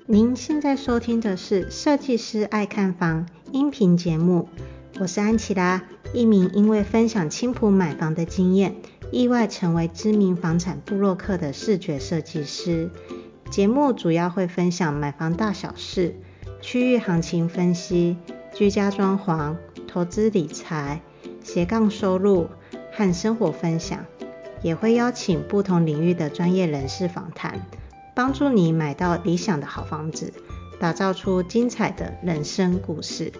您现在收听的是设计师爱看房音频节目，我是安琪拉，一名因为分享青埔买房的经验，意外成为知名房产部落客的视觉设计师。节目主要会分享买房大小事、区域行情分析、居家装潢、投资理财、斜杠收入和生活分享，也会邀请不同领域的专业人士访谈，帮助你买到理想的好房子，打造出精彩的人生故事。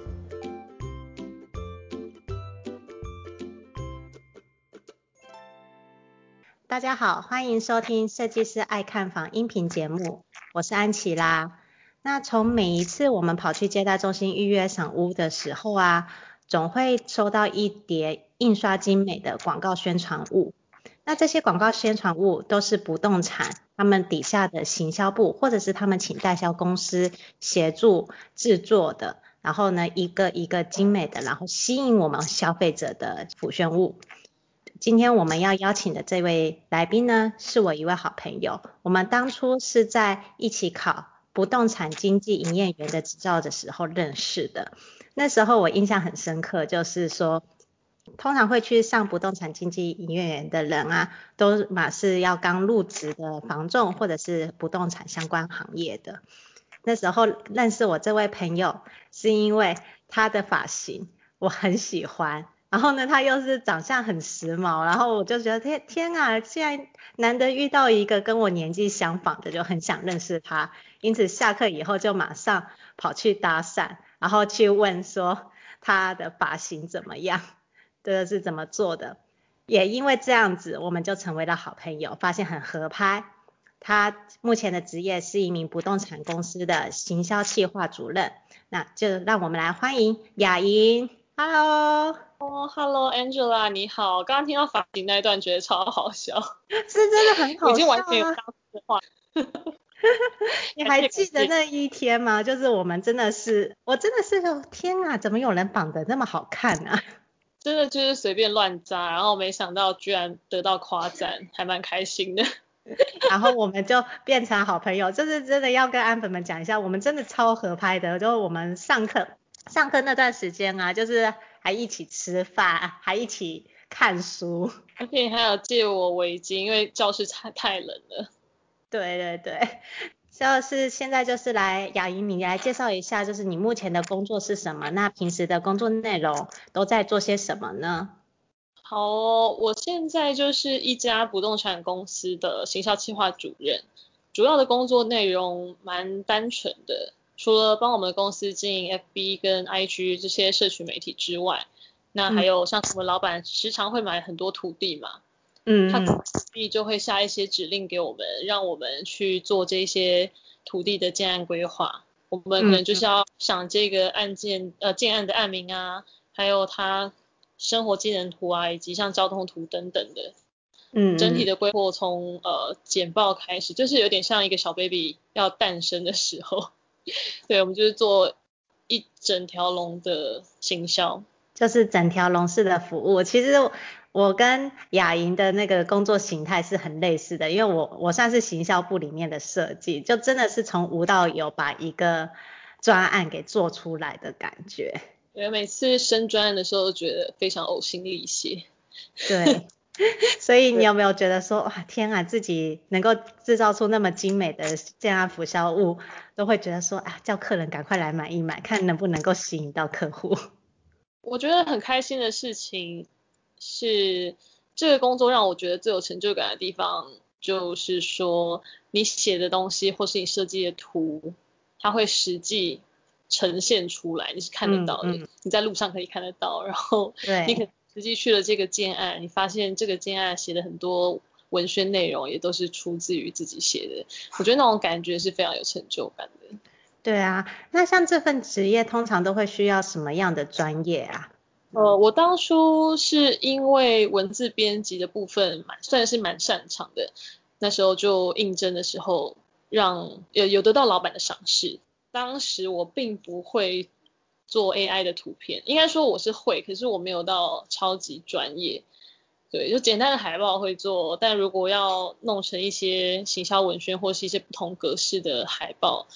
大家好，欢迎收听设计师爱看房音频节目，我是安琪拉。那从每一次我们跑去接待中心预约赏屋的时候啊，总会收到一叠印刷精美的广告宣传物。那这些广告宣传物都是不动产他们底下的行销部，或者是他们请代销公司协助制作的，然后呢一个一个精美的，然后吸引我们消费者的普宣物。今天我们要邀请的这位来宾呢，是我一位好朋友，我们当初是在一起考不动产经纪营业员的执照的时候认识的。那时候我印象很深刻，就是说通常会去上不动产经纪营业员的人啊，都嘛是要刚入职的房仲或者是不动产相关行业的。那时候认识我这位朋友，是因为他的发型我很喜欢，然后呢他又是长相很时髦，然后我就觉得天啊，现在难得遇到一个跟我年纪相仿的，就很想认识他，因此下课以后就马上跑去搭讪，然后去问说他的发型怎么样，这个是怎么做的。也因为这样子，我们就成为了好朋友，发现很合拍。他目前的职业是一名不动产公司的行销企划主任，那就让我们来欢迎雅莹。Hello， Hello Angela，你好。刚刚听到发型那一段，觉得超好笑， 是真的很我已好笑经完全有啊！ 当时的话。 你还感谢感谢。 记得那一天吗？就是我真的是说，天啊，怎么有人绑得那么好看啊？ 真的就是随便乱扎，然后没想到居然得到夸赞，还蛮开心的。 然后我们就变成好朋友，就是真的要跟安粉们讲一下，我们真的超合拍的。就是我们上课那段时间啊，就是还一起吃饭，还一起看书。 而且你还有借我围巾，因为教室太冷了。 对对对，就是现在就是来雅莹，你来介绍一下，就是你目前的工作是什么？那平时的工作内容都在做些什么呢？ 好哦，我现在就是一家不动产公司的行销企划主任，主要的工作内容蛮单纯的，除了帮我们公司经营 FB 跟 IG 这些社群媒体之外，那还嗯有像我们老板时常会买很多土地嘛，他土嗯嗯地就会下一些指令给我们，让我们去做这些土地的建案规划。我们可嗯能就是要想这个案件建案的案名啊，还有它生活机能图啊，以及像交通图等等的。整嗯嗯， 体的规划从简报开始，就是有点像一个小 baby 要诞生的时候。对，我们就是做一整条龙的行销。 就是整条龙式的服务。其实我跟雅莹的那个工作形态是很类似的，因为我算是行销部里面的设计，就真的是从无到有把一个专案给做出来的感觉。 对，每次升专案的时候都觉得非常呕心沥血。 对，所以你对， 有没有觉得说，哇，天啊，自己能够制造出那么精美的这样辅销物，都会觉得说，啊，叫客人赶快来买一买，看能不能够吸引到客户。 我觉得很开心的事情是，这个工作让我觉得最有成就感的地方，就是说你写的东西或是你设计的图，它会实际呈现出来，你是看得到的， 嗯嗯， 你在路上可以看得到，然后你可对。 能实际去了这个建案，你发现这个建案写的很多文宣内容也都是出自于自己写的，我觉得那种感觉是非常有成就感的。 对啊，那像这份职业通常都会需要什么样的专业啊？ 我当初是因为文字编辑的部分算是蛮擅长的，那时候就应征的时候有得到老板的赏识。当时我并不会做 AI 的图片，应该说我是会，可是我没有到超级专业。对，就简单的海报会做，但如果要弄成一些行销文宣或是一些不同格式的海报，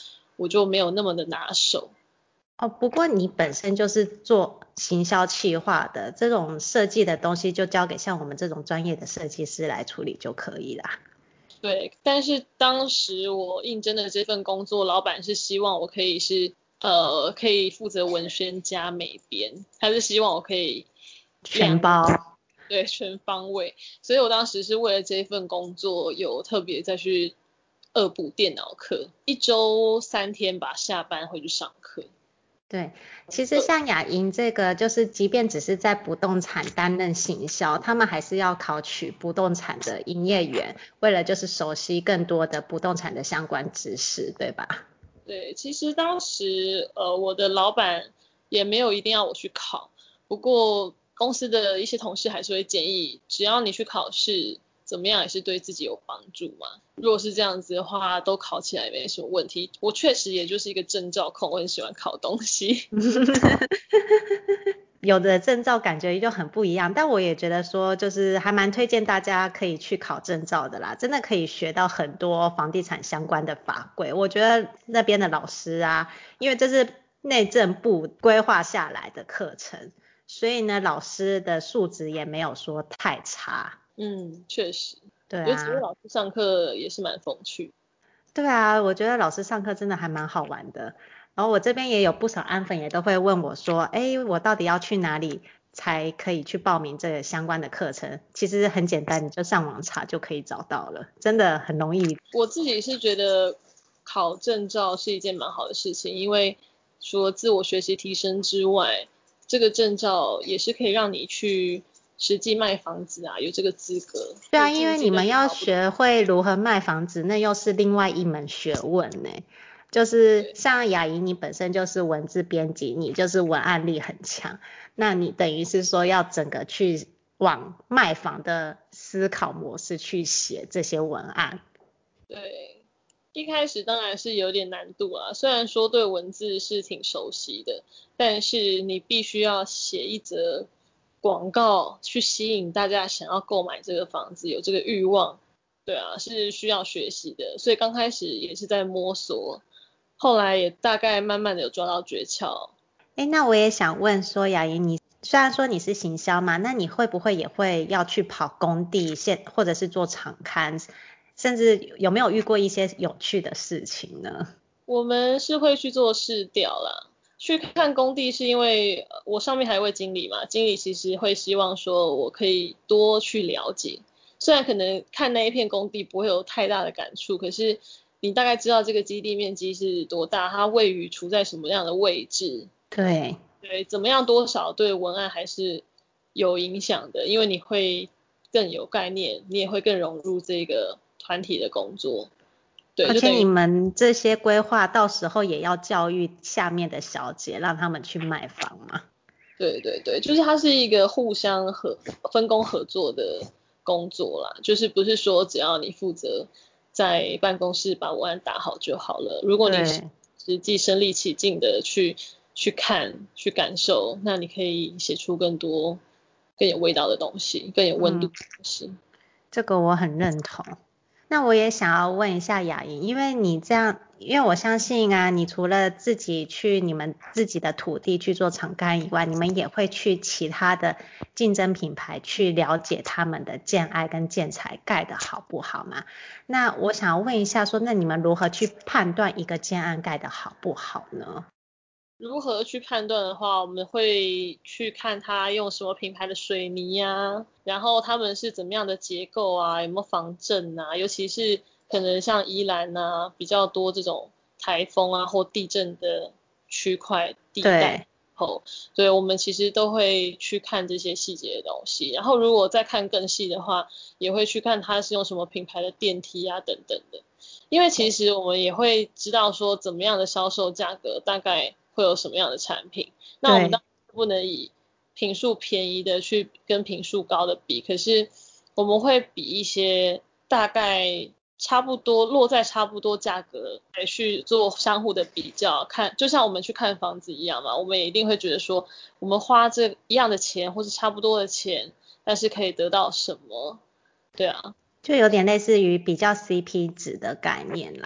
我就没有那么的拿手。 哦，不过你本身就是做行销企划的，这种设计的东西就交给像我们这种专业的设计师来处理就可以啦。 对，但是当时我应征的这份工作，老板是希望我可以可以负责文宣加美编，他是希望我可以全包。 对，全方位。所以我当时是为了这一份工作，有特别再去恶补电脑课，一周3天吧，下班回去上课。 对，其实像雅莹这个，就是即便只是在不动产担任行销，他们还是要考取不动产的营业员，为了就是熟悉更多的不动产的相关知识，对吧？ 对，其实当时我的老板也没有一定要我去考，不过公司的一些同事还是会建议，只要你去考试，怎么样也是对自己有帮助嘛。如果是这样子的话，都考起来没什么问题。我确实也就是一个证照控，我很喜欢考东西。 有的证照感觉就很不一样，但我也觉得说，就是还蛮推荐大家可以去考证照的啦，真的可以学到很多房地产相关的法规。我觉得那边的老师啊，因为这是内政部规划下来的课程，所以呢，老师的素质也没有说太差。 嗯，确实，我觉得几位对啊， 老师上课也是蛮风趣。 对啊，我觉得老师上课真的还蛮好玩的。然后我这边也有不少安粉也都会问我说，哎，我到底要去哪里才可以去报名这个相关的课程？其实很简单，你就上网查就可以找到了，真的很容易。 我自己是觉得考证照是一件蛮好的事情，因为除了自我学习提升之外，这个证照也是可以让你去实际卖房子啊，有这个资格， 对啊， 你因为你经济能们要力好不？ 学会如何卖房子，那又是另外一门学问呢。就是对像雅怡，你本身就是文字编辑，你就是文案力很强，那你等于是说要整个去往卖房的思考模式去写这些文案。 对，一开始当然是有点难度啊，虽然说对文字是挺熟悉的，但是你必须要写一则广告去吸引大家想要购买这个房子，有这个欲望。对啊，是需要学习的，所以刚开始也是在摸索，后来也大概慢慢的有抓到诀窍。 诶，那我也想问说，雅莹，你虽然说你是行销嘛，那你会不会也会要去跑工地或者是做场刊，甚至有没有遇过一些有趣的事情呢？ 我们是会去做市调啦，去看工地是因为我上面还有一位经理嘛，经理其实会希望说我可以多去了解，虽然可能看那一片工地不会有太大的感触，可是你大概知道这个基地面积是多大，它位于处在什么样的位置， 对， 对，怎么样多少对文案还是有影响的，因为你会更有概念，你也会更融入这个团体的工作，对， 而且你就等于们这些规划到时候也要教育下面的小姐，让他们去卖房嘛。 对对对，就是它是一个互相分工合作的工作啦，就是不是说只要你负责在办公室把文案打好就好了，如果你对， 实际身临其境的去看去感受，那你可以写出更多更有味道的东西，更有温度嗯， 的东西。 这个我很认同。那我也想要问一下雅莹，因为你这样，因为我相信啊，你除了自己去你们自己的土地去做厂干以外，你们也会去其他的竞争品牌去了解他们的建案跟建材盖的好不好嘛？那我想要问一下说，那你们如何去判断一个建案盖的好不好呢？ 如何去判断的话，我们会去看它用什么品牌的水泥呀，然后他们是怎么样的结构啊，有没有防震啊，尤其是可能像宜兰啊比较多这种台风啊或地震的区块地带对， 后，对，我们其实都会去看这些细节的东西。然后如果再看更细的话，也会去看它是用什么品牌的电梯啊等等的。因为其实我们也会知道说怎么样的销售价格大概会有什么样的产品，那我们当对， 然不能以平数便宜的去跟平数高的比，可是我们会比一些大概差不多落在差不多价格来去做相互的比较，看就像我们去看房子一样嘛，我们也一定会觉得说我们花这一样的钱或是差不多的钱，但是可以得到什么，对啊。 就有点类似于比较 CP 值的概念啦。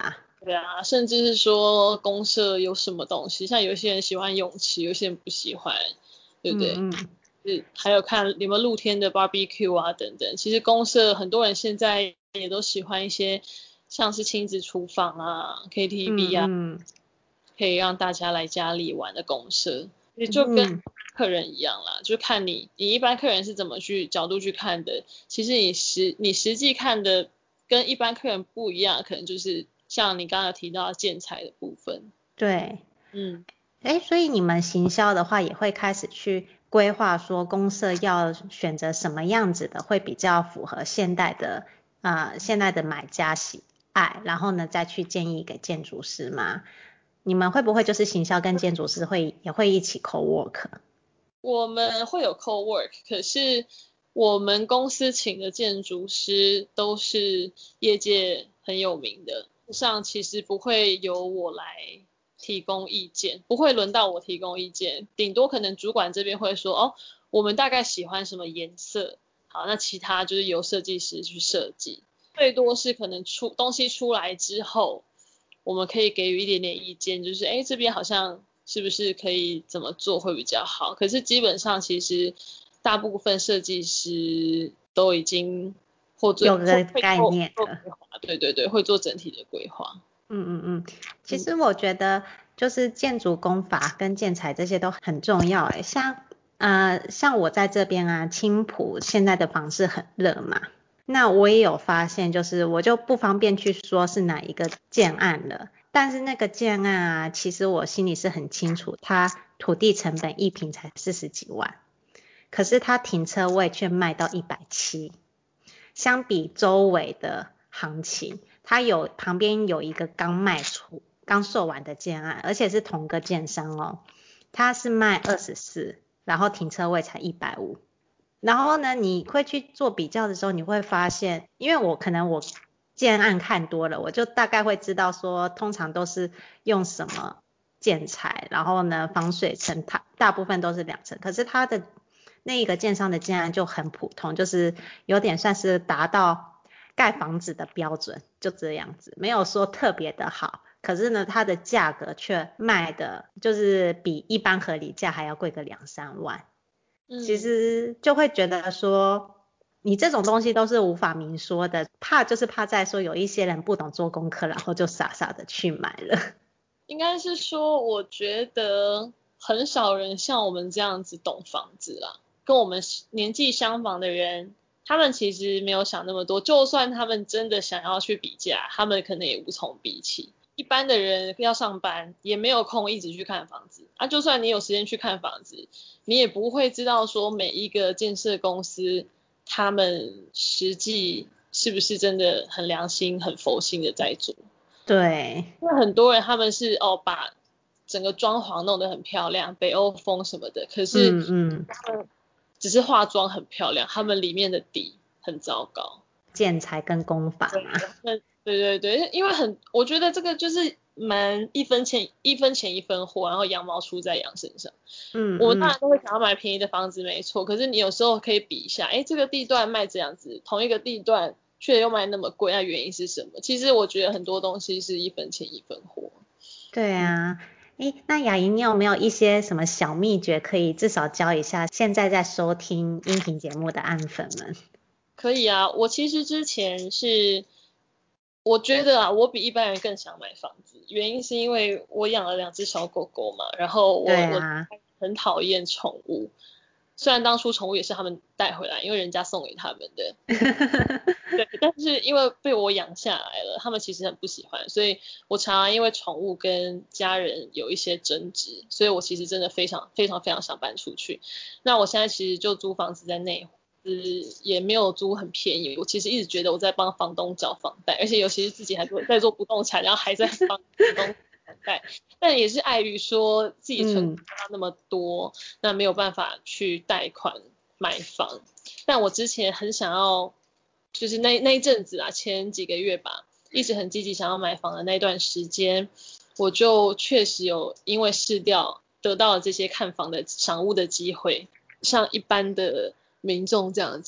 对啊，甚至是说公社有什么东西，像有些人喜欢泳池，有些人不喜欢，对不对？还有看有没有露天的 barbecue 啊等等。其实公社很多人现在也都喜欢一些像是亲子厨房啊、KTV 啊，可以让大家来家里玩的公社，也就跟客人一样啦，就看你一般客人是怎么去角度去看的。其实你实际看的跟一般客人不一样，可能就是像你刚刚有提到建材的部分。 对，所以你们行销的话也会开始去规划说公社要选择什么样子的会比较符合现代的买家喜爱，然后呢再去建议给建筑师吗？你们会不会就是行销跟建筑师也会一起 co-work？ 我们会有 co-work， 可是我们公司请的建筑师都是业界很有名的，像其实不会由我来提供意见，不会轮到我提供意见，顶多可能主管这边会说，哦，我们大概喜欢什么颜色，好，那其他就是由设计师去设计，最多是可能东西出来之后，我们可以给予一点点意见，就是这边好像是不是可以怎么做会比较好？可是基本上其实大部分设计师都已经有个概念了。 对对对，会做整体的规划。 其实我觉得就是建筑工法跟建材这些都很重要像我在这边啊，青埔现在的房市很热嘛，那我也有发现，就是我就不方便去说是哪一个建案了，但是那个建案啊，其实我心里是很清楚，它土地成本一坪才40几万，可是它停车位却卖到170，相比周围的行情，它旁边有一个刚售完的建案，而且是同个建商哦，它是卖24，然后停车位才150。然后呢，你会去做比较的时候，你会发现，因为我建案看多了，我就大概会知道说，通常都是用什么建材，然后呢，防水层它大部分都是2层，可是它的那一个建商的建案就很普通，就是有点算是达到盖房子的标准，就这样子，没有说特别的好。可是呢，它的价格却卖的就是比一般合理价还要贵个2、3万。其实就会觉得说，你这种东西都是无法明说的，就是怕在说有一些人不懂做功课，然后就傻傻的去买了。 应该是说，我觉得很少人像我们这样子懂房子啦，跟我们年纪相仿的人，他们其实没有想那么多，就算他们真的想要去比价，他们可能也无从比起。一般的人要上班，也没有空一直去看房子啊。就算你有时间去看房子，你也不会知道说每一个建设公司他们实际是不是真的很良心、很佛心的在做。 对， 因为很多人他们是把整个装潢弄得很漂亮，北欧风什么的，可是他们只是化妆很漂亮，他们里面的底很糟糕。 建材跟工法嘛。 对对对，因为我觉得这个就是蛮一分钱一分货，然后羊毛出在羊身上。我们当然都会想要买便宜的房子，没错。可是你有时候可以比一下，这个地段卖这样子，同一个地段却又卖那么贵，那原因是什么？其实我觉得很多东西是一分钱一分货。 对啊，那雅莹，你有没有一些什么小秘诀可以至少教一下现在在收听音频节目的案粉们？ 可以啊，我其实之前我觉得啊，我比一般人更想买房子，原因是因为我养了2只小狗狗嘛，然后我很讨厌宠物，虽然当初宠物也是他们带回来，因为人家送给他们的，对，但是因为被我养下来了，他们其实很不喜欢，所以我常常因为宠物跟家人有一些争执，所以我其实真的非常非常非常想搬出去。那我现在其实就租房子在内湖。也没有租很便宜，我其实一直觉得我在帮房东缴房贷，而且尤其是自己还在做不动产，然后还在帮房东房贷，但也是碍于说自己存款那么多，那没有办法去贷款买房。但我之前很想要，就是那一阵子啊，前几个月吧，一直很积极想要买房的那段时间，我就确实有因为市调得到了这些看房的赏屋的机会，像一般的民众这样子，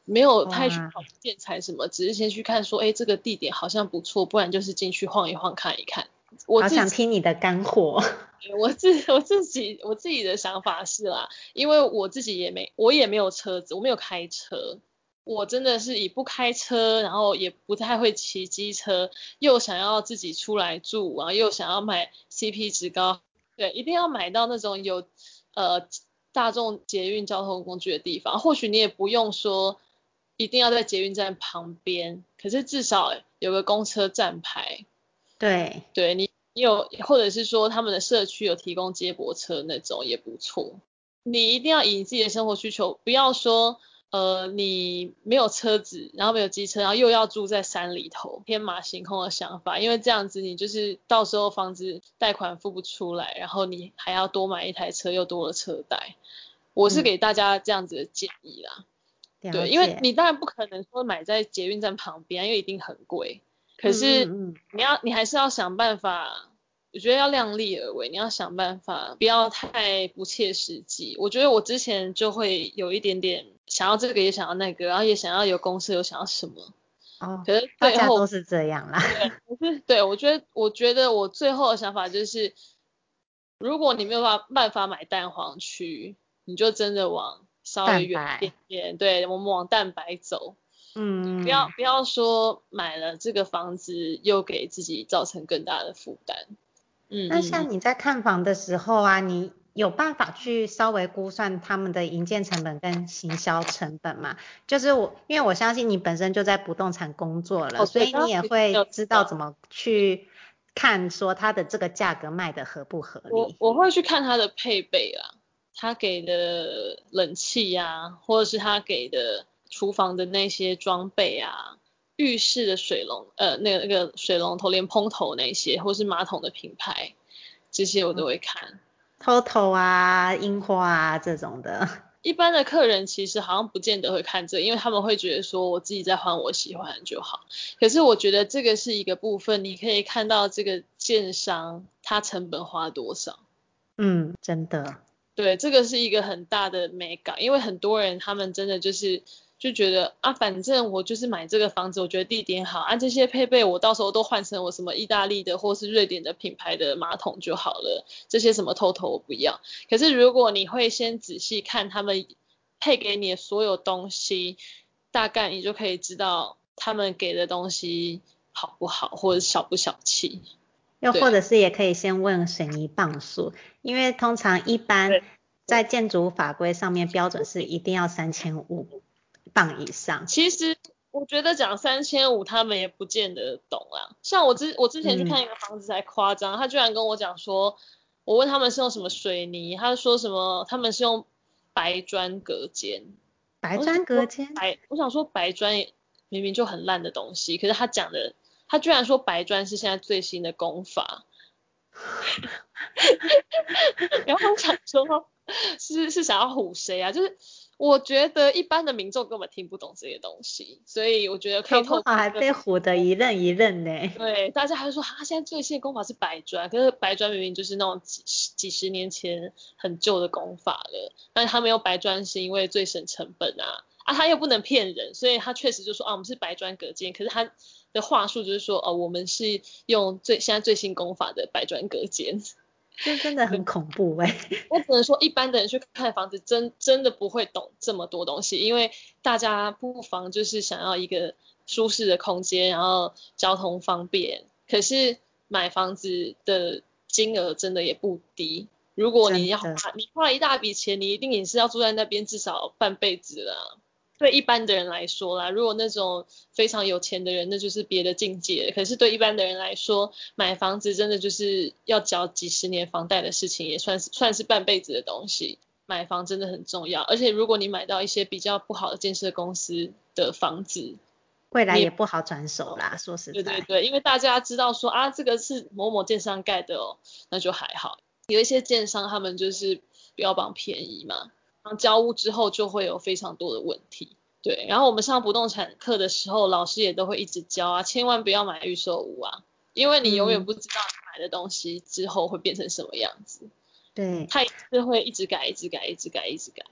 没有太去哇， 考建材什么，只是先去看说，哎，这个地点好像不错，不然就是进去晃一晃看一看。我好想自己听你的干货。 我自己的想法是啦，因为我也没有车子，我没有开车，我真的是以不开车，然后也不太会骑机车，又想要自己出来住，然后又想要买 CP 值高，对，一定要买到那种有呃大众捷运交通工具的地方。或许你也不用说一定要在捷运站旁边，可是至少有个公车站牌。 对， 对你有，或者是说他们的社区有提供接驳车那种也不错。你一定要以你自己的生活需求，不要说你没有车子，然后没有机车，然后又要住在山里头，天马行空的想法，因为这样子你就是到时候房子贷款付不出来，然后你还要多买一台车，又多了车贷。我是嗯， 给大家这样子的建议啦。对，因为了解。 你当然不可能说买在捷运站旁边，因为一定很贵。可嗯是嗯嗯， 你还是要想办法，我觉得要量力而为，你要想办法，不要太不切实际。我觉得我之前就会有一点点想要这个也想要那个，然后也想要有公司，有想要什么， 哦， 可是大最后家都是这样啦。 对我觉得我最后的想法就是，如果你没有办法买蛋黄区，你就真的往稍微远一点蛋白， 点，对，我们往蛋白走。不要嗯， 不要说买了这个房子又给自己造成更大的负担。嗯那嗯嗯， 像你在看房的时候啊，你有办法去稍微估算他们的营建成本跟行销成本吗？就是因为我相信你本身就在不动产工作了， 哦对， 所以你刚刚其实没有也会知道怎提到， 么去看说它的这个价格卖的合不合理。 我会去看它的配备啦，他给的冷气呀、或者是他给的厨房的那些装备啊，浴室的水龙那个水龙头连喷头那些，或是马桶的品牌，这些我都会看。 Total 啊，樱花啊这种的。 一般的客人其实好像不见得会看这个，因为他们会觉得说我自己在还我喜欢的就好。可是我觉得这个是一个部分，你可以看到这个建商他成本花多少。 嗯，真的。 对，这个是一个很大的美感，因为很多人他们真的就觉得啊，反正我就是买这个房子，我觉得地点好啊，这些配备我到时候都换成我什么意大利的或是瑞典的品牌的马桶就好了，这些什么 TOTO 我不要。可是如果你会先仔细看他们配给你的所有东西，大概你就可以知道他们给的东西好不好，或者小不小气。 又或者对。 是也可以先问水泥磅数，因为通常一般对。 在建筑法规上面标准是一定要3500磅以上。 其实我觉得讲3500，他们也不见得懂啊。像我之前去看嗯， 一个房子才夸张，他居然跟我讲说，我问他们是用什么水泥，他说什么他们是用白砖隔间。 白砖隔间， 我想说白砖明明就很烂的东西，可是他居然说白砖是现在最新的工法。然后我想说，是想要唬谁啊？就是我觉得一般的民众根本听不懂这些东西，所以我觉得可以搞不透过一个好还被唬得一愣一愣呢。 对大家还说啊，现在最新的工法是白砖，可是白砖明明就是那种几十年前很旧的工法了，但是他没有白砖是因为最省成本啊。啊，他又不能骗人，所以他确实就说啊，我们是白砖隔间，可是他的话术就是说哦，我们是用现在最新工法的白砖隔间。 这真的很恐怖哎。 我只能说，一般的人去看房子真的不会懂这么多东西，因为大家不妨就是想要一个舒适的空间，然后交通方便。可是买房子的金额真的也不低，如果你要花真的。 你花一大笔钱，你一定也是要住在那边至少半辈子啦。对一般的人来说啦，如果那种非常有钱的人，那就是别的境界。可是对一般的人来说，买房子真的就是要缴几十年房贷的事情，也算是半辈子的东西。买房真的很重要，而且如果你买到一些比较不好的建设公司的房子， 未来你也也不好转手啦，说实在。 对对对，因为大家知道说啊，这个是某某建商盖的哦，那就还好。有一些建商他们就是标榜便宜嘛，然后交屋之后就会有非常多的问题。对，然后我们上不动产课的时候，老师也都会一直教啊，千万不要买预售屋啊，因为你永远嗯， 不知道你买的东西之后会变成什么样子， 对。 它也是会一直改，一直改，一直改，一直改。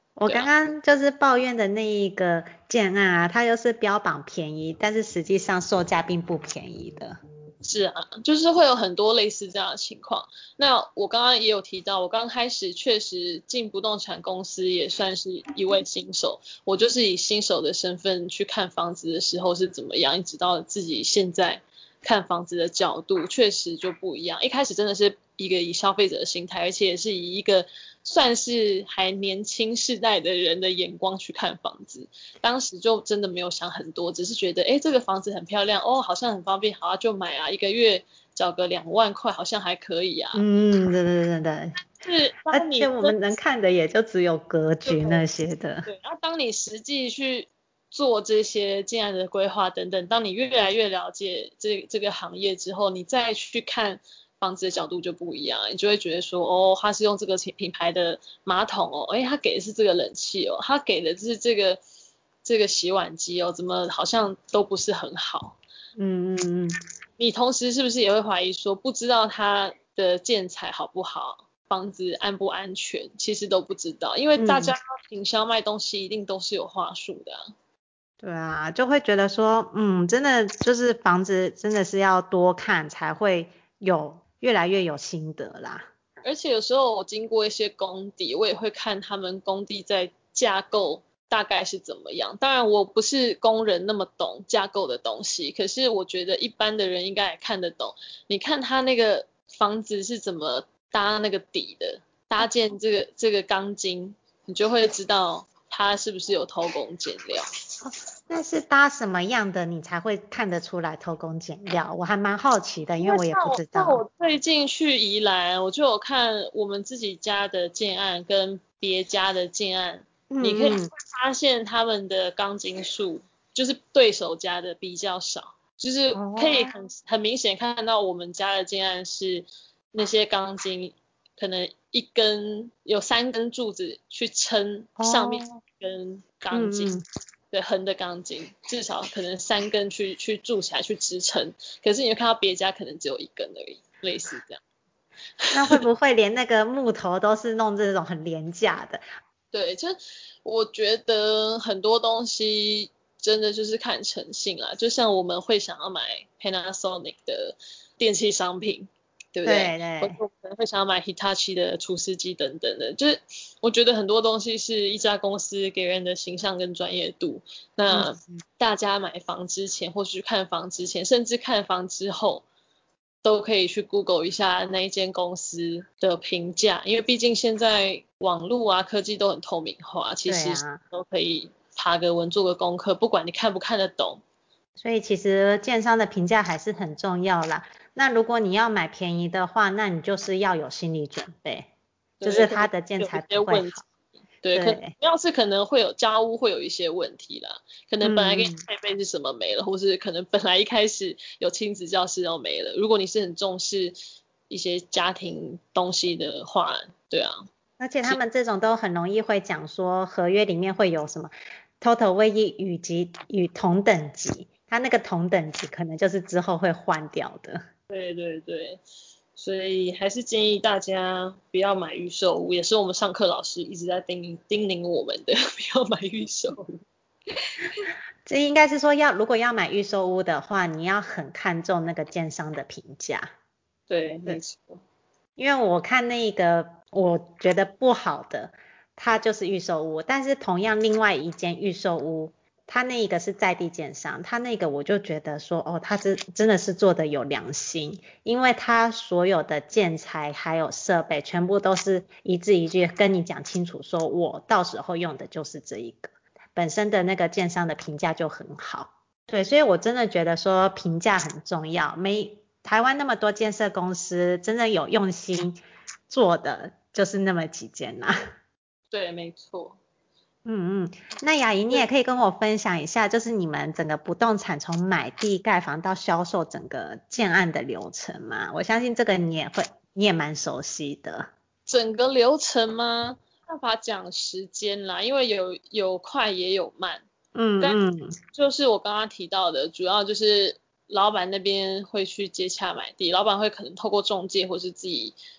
我刚刚就是抱怨的那一个建案啊，它又是标榜便宜，但是实际上售价并不便宜的。 是啊，就是会有很多类似这样的情况。那我刚刚也有提到，我刚开始确实进不动产公司也算是一位新手，我就是以新手的身份去看房子的时候是怎么样，一直到自己现在看房子的角度确实就不一样。一开始真的是一个以消费者的心态，而且也是以一个算是还年轻世代的人的眼光去看房子。当时就真的没有想很多，只是觉得这个房子很漂亮哦，好像很方便，好啊就买啊，一个月缴个2万块好像还可以啊。 嗯，对对对对， 是当而且你真我们能看的也就只有格局那些的。 对，然后当你实际去做这些建案的规划等等，当你越来越了解这个行业之后，你再去看房子的角度就不一样，你就会觉得说，哦，他是用这个品牌的马桶哦，他给的是这个冷气哦，他给的是这个洗碗机哦，怎么好像都不是很好。 嗯嗯嗯， 你同时是不是也会怀疑说，不知道它的建材好不好，房子安不安全，其实都不知道，因为大家营销卖东西一定都是有话术的啊。 对啊，就会觉得说，真的就是房子真的是要多看才会有越来越有心得啦。 而且有时候我经过一些工地，我也会看他们工地在架构大概是怎么样。当然我不是工人那么懂架构的东西，可是我觉得一般的人应该也看得懂。你看他那个房子是怎么搭那个底的，搭建这个钢筋，你就会知道他是不是有偷工减料。 那是搭什么样的你才会看得出来偷工减料？我还蛮好奇的， 因为因为我也不像我像知道。 我最近去宜兰，我就有看我们自己家的建案跟别家的建案，你可以嗯嗯， 发现他们的钢筋数就是对手家的比较少，就是可以哦， 很明显看到我们家的建案是那些钢筋可能一根有3根柱子去撑上面哦， 一根钢筋。 嗯嗯， 对，横的钢筋，至少可能3根去筑起来去支撑，可是你会看到别家可能只有1根而已，类似这样。 那会不会连那个木头都是弄这种很廉价的？ 对，就我觉得很多东西真的就是看诚信啦，就像我们会想要买 Panasonic 的电器商品，对不对？或者对对， 我可能会想要买 Hitachi 的除湿机等等的，就是我觉得很多东西是一家公司给人的形象跟专业度。 嗯那大家买房之前，或是看房之前，甚至看房之后，都可以去 Google 一下那一间公司的评价，因为毕竟现在网络啊科技都很透明化，其实对啊， 都可以爬个文做个功课，不管你看不看得懂。 所以其实建商的评价还是很重要啦。那如果你要买便宜的话，那你就是要有心理准备，就对， 是可能它的建有一材不些问题。 会好。 对， 对， 要是可能会有家屋会有一些问题啦，可能本来给你嗯嗯。 配备是什么没了，或是可能本来一开始有亲子教室都没了。如果你是很重视一些家庭东西的话，对啊， 而且他们这种都很容易会讲说合约里面会有什么 total 位移与同等级，它那个同等级可能就是之后会换掉的。 对对对，所以还是建议大家不要买预售屋，也是我们上课老师一直在叮咛我们的，不要买预售屋。 这应该是说如果要买预售屋的话，你要很看重那个建商的评价。 对，没对， 错。 因为我看那个我觉得不好的，它就是预售屋，但是同样另外一间预售屋，它那个是在地建商，它那个我就觉得说，哦，它真的是做的有良心，因为它所有的建材还有设备全部都是一字一句跟你讲清楚，说我到时候用的就是这一个，本身的那个建商的评价就很好。对，所以我真的觉得说评价很重要。台湾那么多建设公司，真的有用心做的就是那么几间啦。 对，没错。 嗯嗯，那雅怡，你也可以跟我分享一下，就是你们整个不动产从买地盖房到销售整个建案的流程嘛？我相信这个你也蛮熟悉的。 整个流程吗？没办法讲时间啦，因为有快也有慢。但嗯嗯， 就是我刚刚提到的，主要就是老板那边会去接洽买地，老板会可能透过中介或是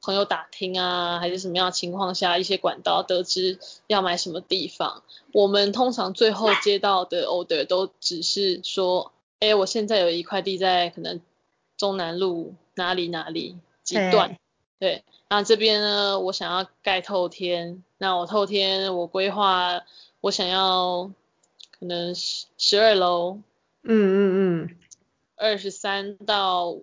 朋友打听啊，还是什么样的情况下，一些管道得知要买什么地方。我们通常最后接到的 order 都只是说，我现在有一块地在可能中南路哪里哪里几段，对，那这边呢，我想要盖透天，那我透天我规划，我想要可能12楼，23到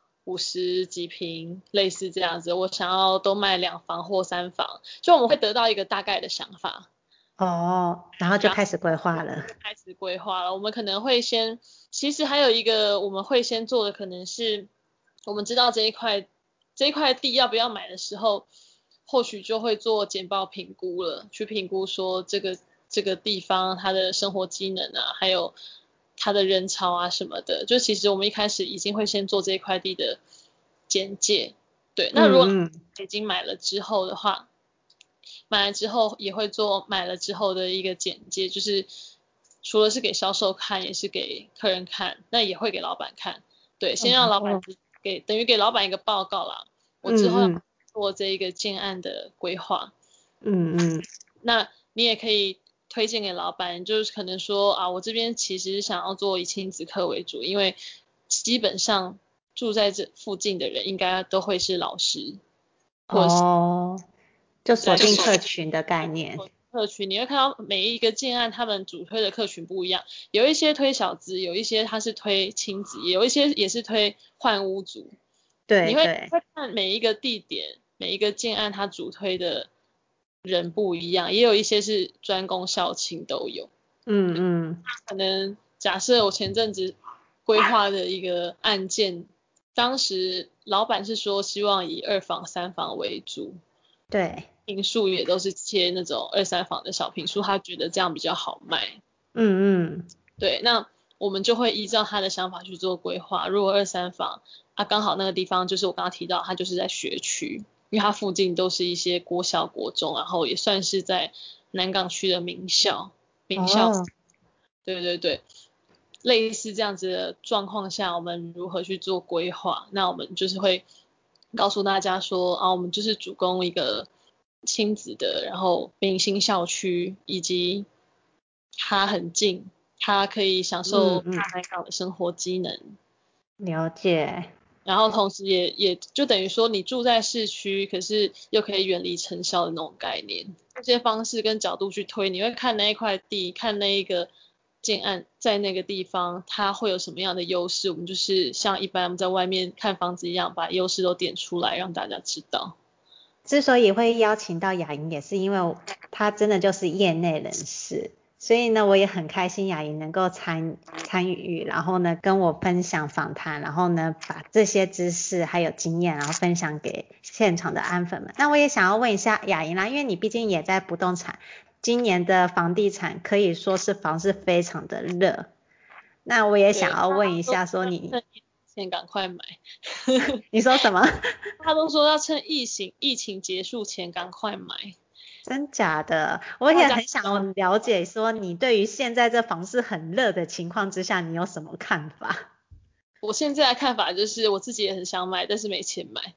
50几平，类似这样子。我想要都卖2房或3房，就我们会得到一个大概的想法。 然后就开始规划了。 开始规划了，我们可能会先，其实还有一个我们会先做的，可能是我们知道这一块地要不要买的时候，或许就会做简报评估了，去评估说这个地方它的生活机能啊，还有它的人潮啊什么的，就其实我们一开始已经会先做这一块地的简介。对，那如果已经买了之后的话，买了之后也会做买了之后的一个简介，就是除了是给销售看，也是给客人看，那也会给老板看。对，先让老板等于给老板一个报告啦。我之后要做这一个建案的规划。那你也可以推荐给老板，就是可能说啊，我这边其实想要做以亲子课为主，因为基本上住在这附近的人应该都会是老师，或者是就锁定客群的概念。 客群你会看到每一个建案他们主推的客群不一样，有一些推小资，有一些他是推亲子，有一些也是推换屋族。 对， 你会看每一个地点，每一个建案它主推的人不一样，也有一些是专攻校庆都有。可能假设我前阵子规划的一个案件，当时老板是说希望以2房3房为主， 对， 坪数也都是切那种2、3房的小坪数，他觉得这样比较好卖。对，那我们就会依照他的想法去做规划。如果2、3房，刚好那个地方就是我刚刚提到，它就是在学区，因为它附近都是一些国小、国中，然后也算是在南港区的名校。对对对，类似这样子的状况下，我们如何去做规划？那我们就是会告诉大家说，我们就是主攻一个亲子的，然后明星校区，以及它很近，它可以享受大南港的生活机能。 了解。 然后同时也就等于说你住在市区，可是又可以远离尘嚣的那种概念。这些方式跟角度去推，你会看那一块地，看那一个建案在那个地方，它会有什么样的优势。我们就是像一般我们在外面看房子一样，把优势都点出来，让大家知道。 之所以会邀请到雅莹，也是因为她真的就是业内人士。所以呢，我也很开心雅莹能够参与，然后呢跟我分享访谈，然后呢把这些知识还有经验，然后分享给现场的安粉们。那我也想要问一下雅莹啦，因为你毕竟也在不动产，今年的房地产可以说是房市非常的热。那我也想要问一下，说你先赶快买。 你说什么？ 他都说要趁疫情结束前赶快买。 真假的？我也很想了解，说你对于现在这房市很热的情况之下，你有什么看法？ 我现在的看法就是，我自己也很想买，但是没钱买。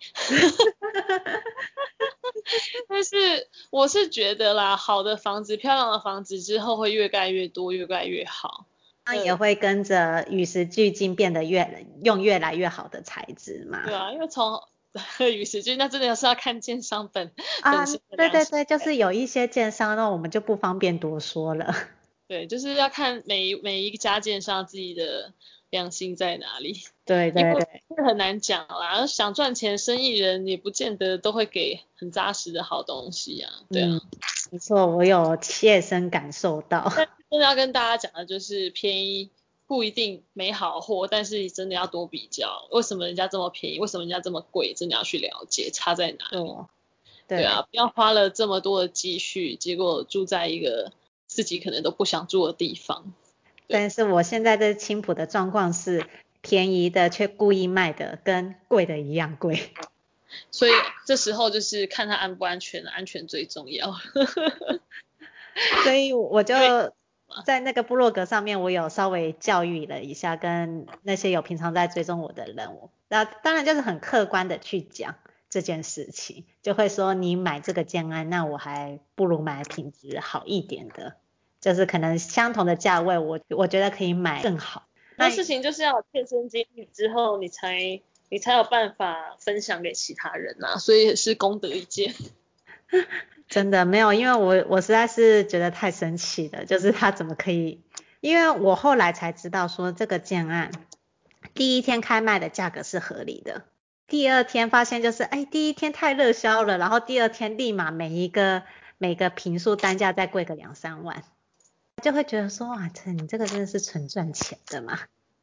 但是我是觉得啦，好的房子、漂亮的房子之后会越盖越多，越盖越好。 那也会跟着与时俱进，变得用越来越好的材质嘛。 对啊，因为从与时俱进，那真的是要看建商本身的对对对，就是有一些建商，那我们就不方便多说了。 对，就是要看每一家建商自己的良心在哪里。 对对对， 因为很难讲啦，想赚钱，生意人也不见得都会给很扎实的好东西啊。对啊， 没错，我有切身感受到。 但真的要跟大家讲的就是，便宜不一定没好货，但是真的要多比较，为什么人家这么便宜，为什么人家这么贵，真的要去了解差在哪里。对啊，不要花了这么多的积蓄，结果住在一个自己可能都不想住的地方。 但是我现在这青浦的状况是，便宜的却故意卖的跟贵的一样贵。 所以这时候就是看它安不安全，安全最重要。 所以我就在那个部落格上面，我有稍微教育了一下，跟那些有平常在追踪我的人，那当然就是很客观的去讲， 这件事情，就会说你买这个建案，那我还不如买品质好一点的，就是可能相同的价位，我觉得可以买更好。 很多事情就是要有切身经历之后，你才有办法分享给其他人啊，所以也是功德一件。 真的没有，因为我实在是觉得太生气了，就是他怎么可以，因为我后来才知道说这个建案第一天开卖的价格是合理的，第二天发现就是第一天太热销了，然后第二天立马每个坪数单价再贵个2-3万，就会觉得说哇，你这个真的是纯赚钱的嘛。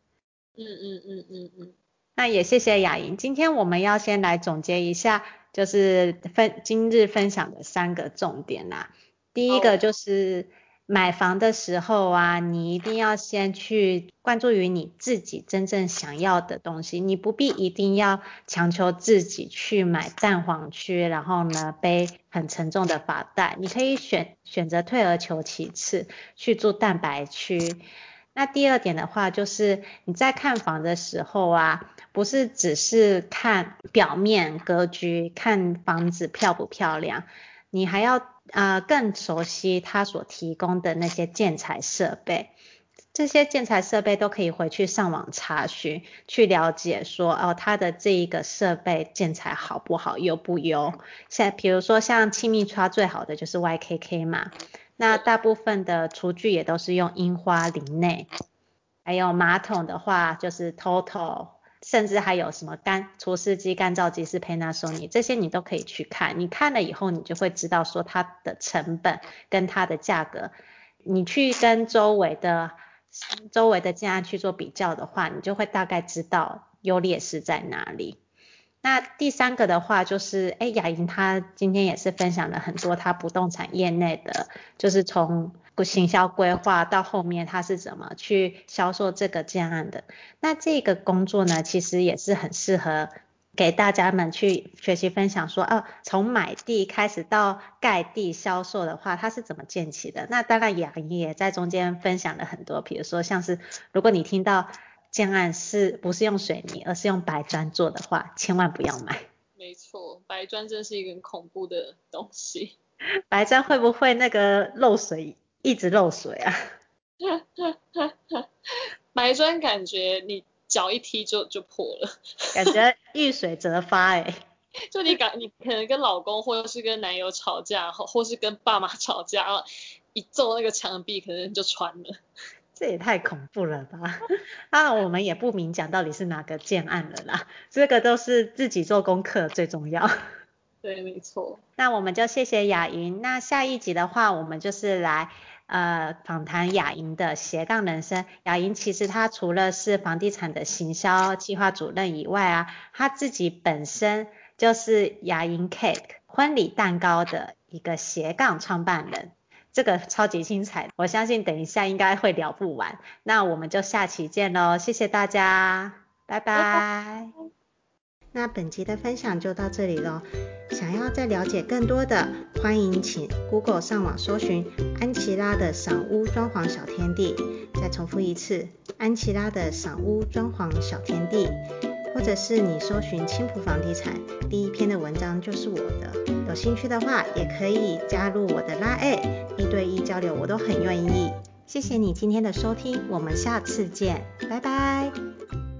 那也谢谢雅莹，今天我们要先来总结一下，就是今日分享的3个重点啦。第一个就是买房的时候啊，你一定要先去关注于你自己真正想要的东西，你不必一定要强求自己去买蛋黄区，然后呢背很沉重的发带，你可以选择退而求其次，去住蛋白区。那第二点的话，就是你在看房的时候啊，不是只是看表面格局，看房子漂不漂亮，你还要更熟悉它所提供的那些建材设备。这些建材设备都可以回去上网查询，去了解说它的这一个设备建材好不好，优不优。比如说像气密窗最好的就是 YKK 嘛。那大部分的厨具也都是用樱花林内，还有马桶的话就是 TOTO， 甚至还有什么除湿机、干燥机是 Panasonic， 这些你都可以去看。你看了以后，你就会知道说它的成本跟它的价格，你去跟周围的建案去做比较的话，你就会大概知道优劣势在哪里。那第3个的话就是雅莹她今天也是分享了很多她不动产业内的，就是从行销规划到后面她是怎么去销售这个建案的。那这个工作呢，其实也是很适合给大家们去学习分享说从买地开始到盖地销售的话，它是怎么建起的。那当然雅莹也在中间分享了很多，比如说像是如果你听到建案不是用水泥而是用白砖做的话，千万不要买。 没错，白砖真是一个很恐怖的东西。 白砖会不会那个漏水，一直漏水啊？ 白砖感觉你脚一踢就破了， 感觉遇水则发就你可能跟老公或者是跟男友吵架，或是跟爸妈吵架，一揍那个墙壁可能就穿了。 这也太恐怖了吧。我们也不明讲到底是哪个建案了啦，这个都是自己做功课最重要。 对，没错。 那我们就谢谢雅莹。那下一集的话，我们就是来访谈雅莹的斜杠人生。雅莹其实她除了是房地产的行销企划主任以外啊，她自己本身就是雅莹 Cake 婚礼蛋糕的一个斜杠创办人。这个超级精彩，我相信等一下应该会聊不完。那我们就下期见咯，谢谢大家，拜拜。那本集的分享就到这里咯。想要再了解更多的，欢迎请 Google 上网搜寻安琪拉的赏屋装潢小天地。再重复一次，安琪拉的赏屋装潢小天地。或者是你搜寻青浦房地产，第1篇的文章就是我的。有兴趣的话，也可以加入我的LINE，1对1交流，我都很愿意。谢谢你今天的收听，我们下次见，拜拜。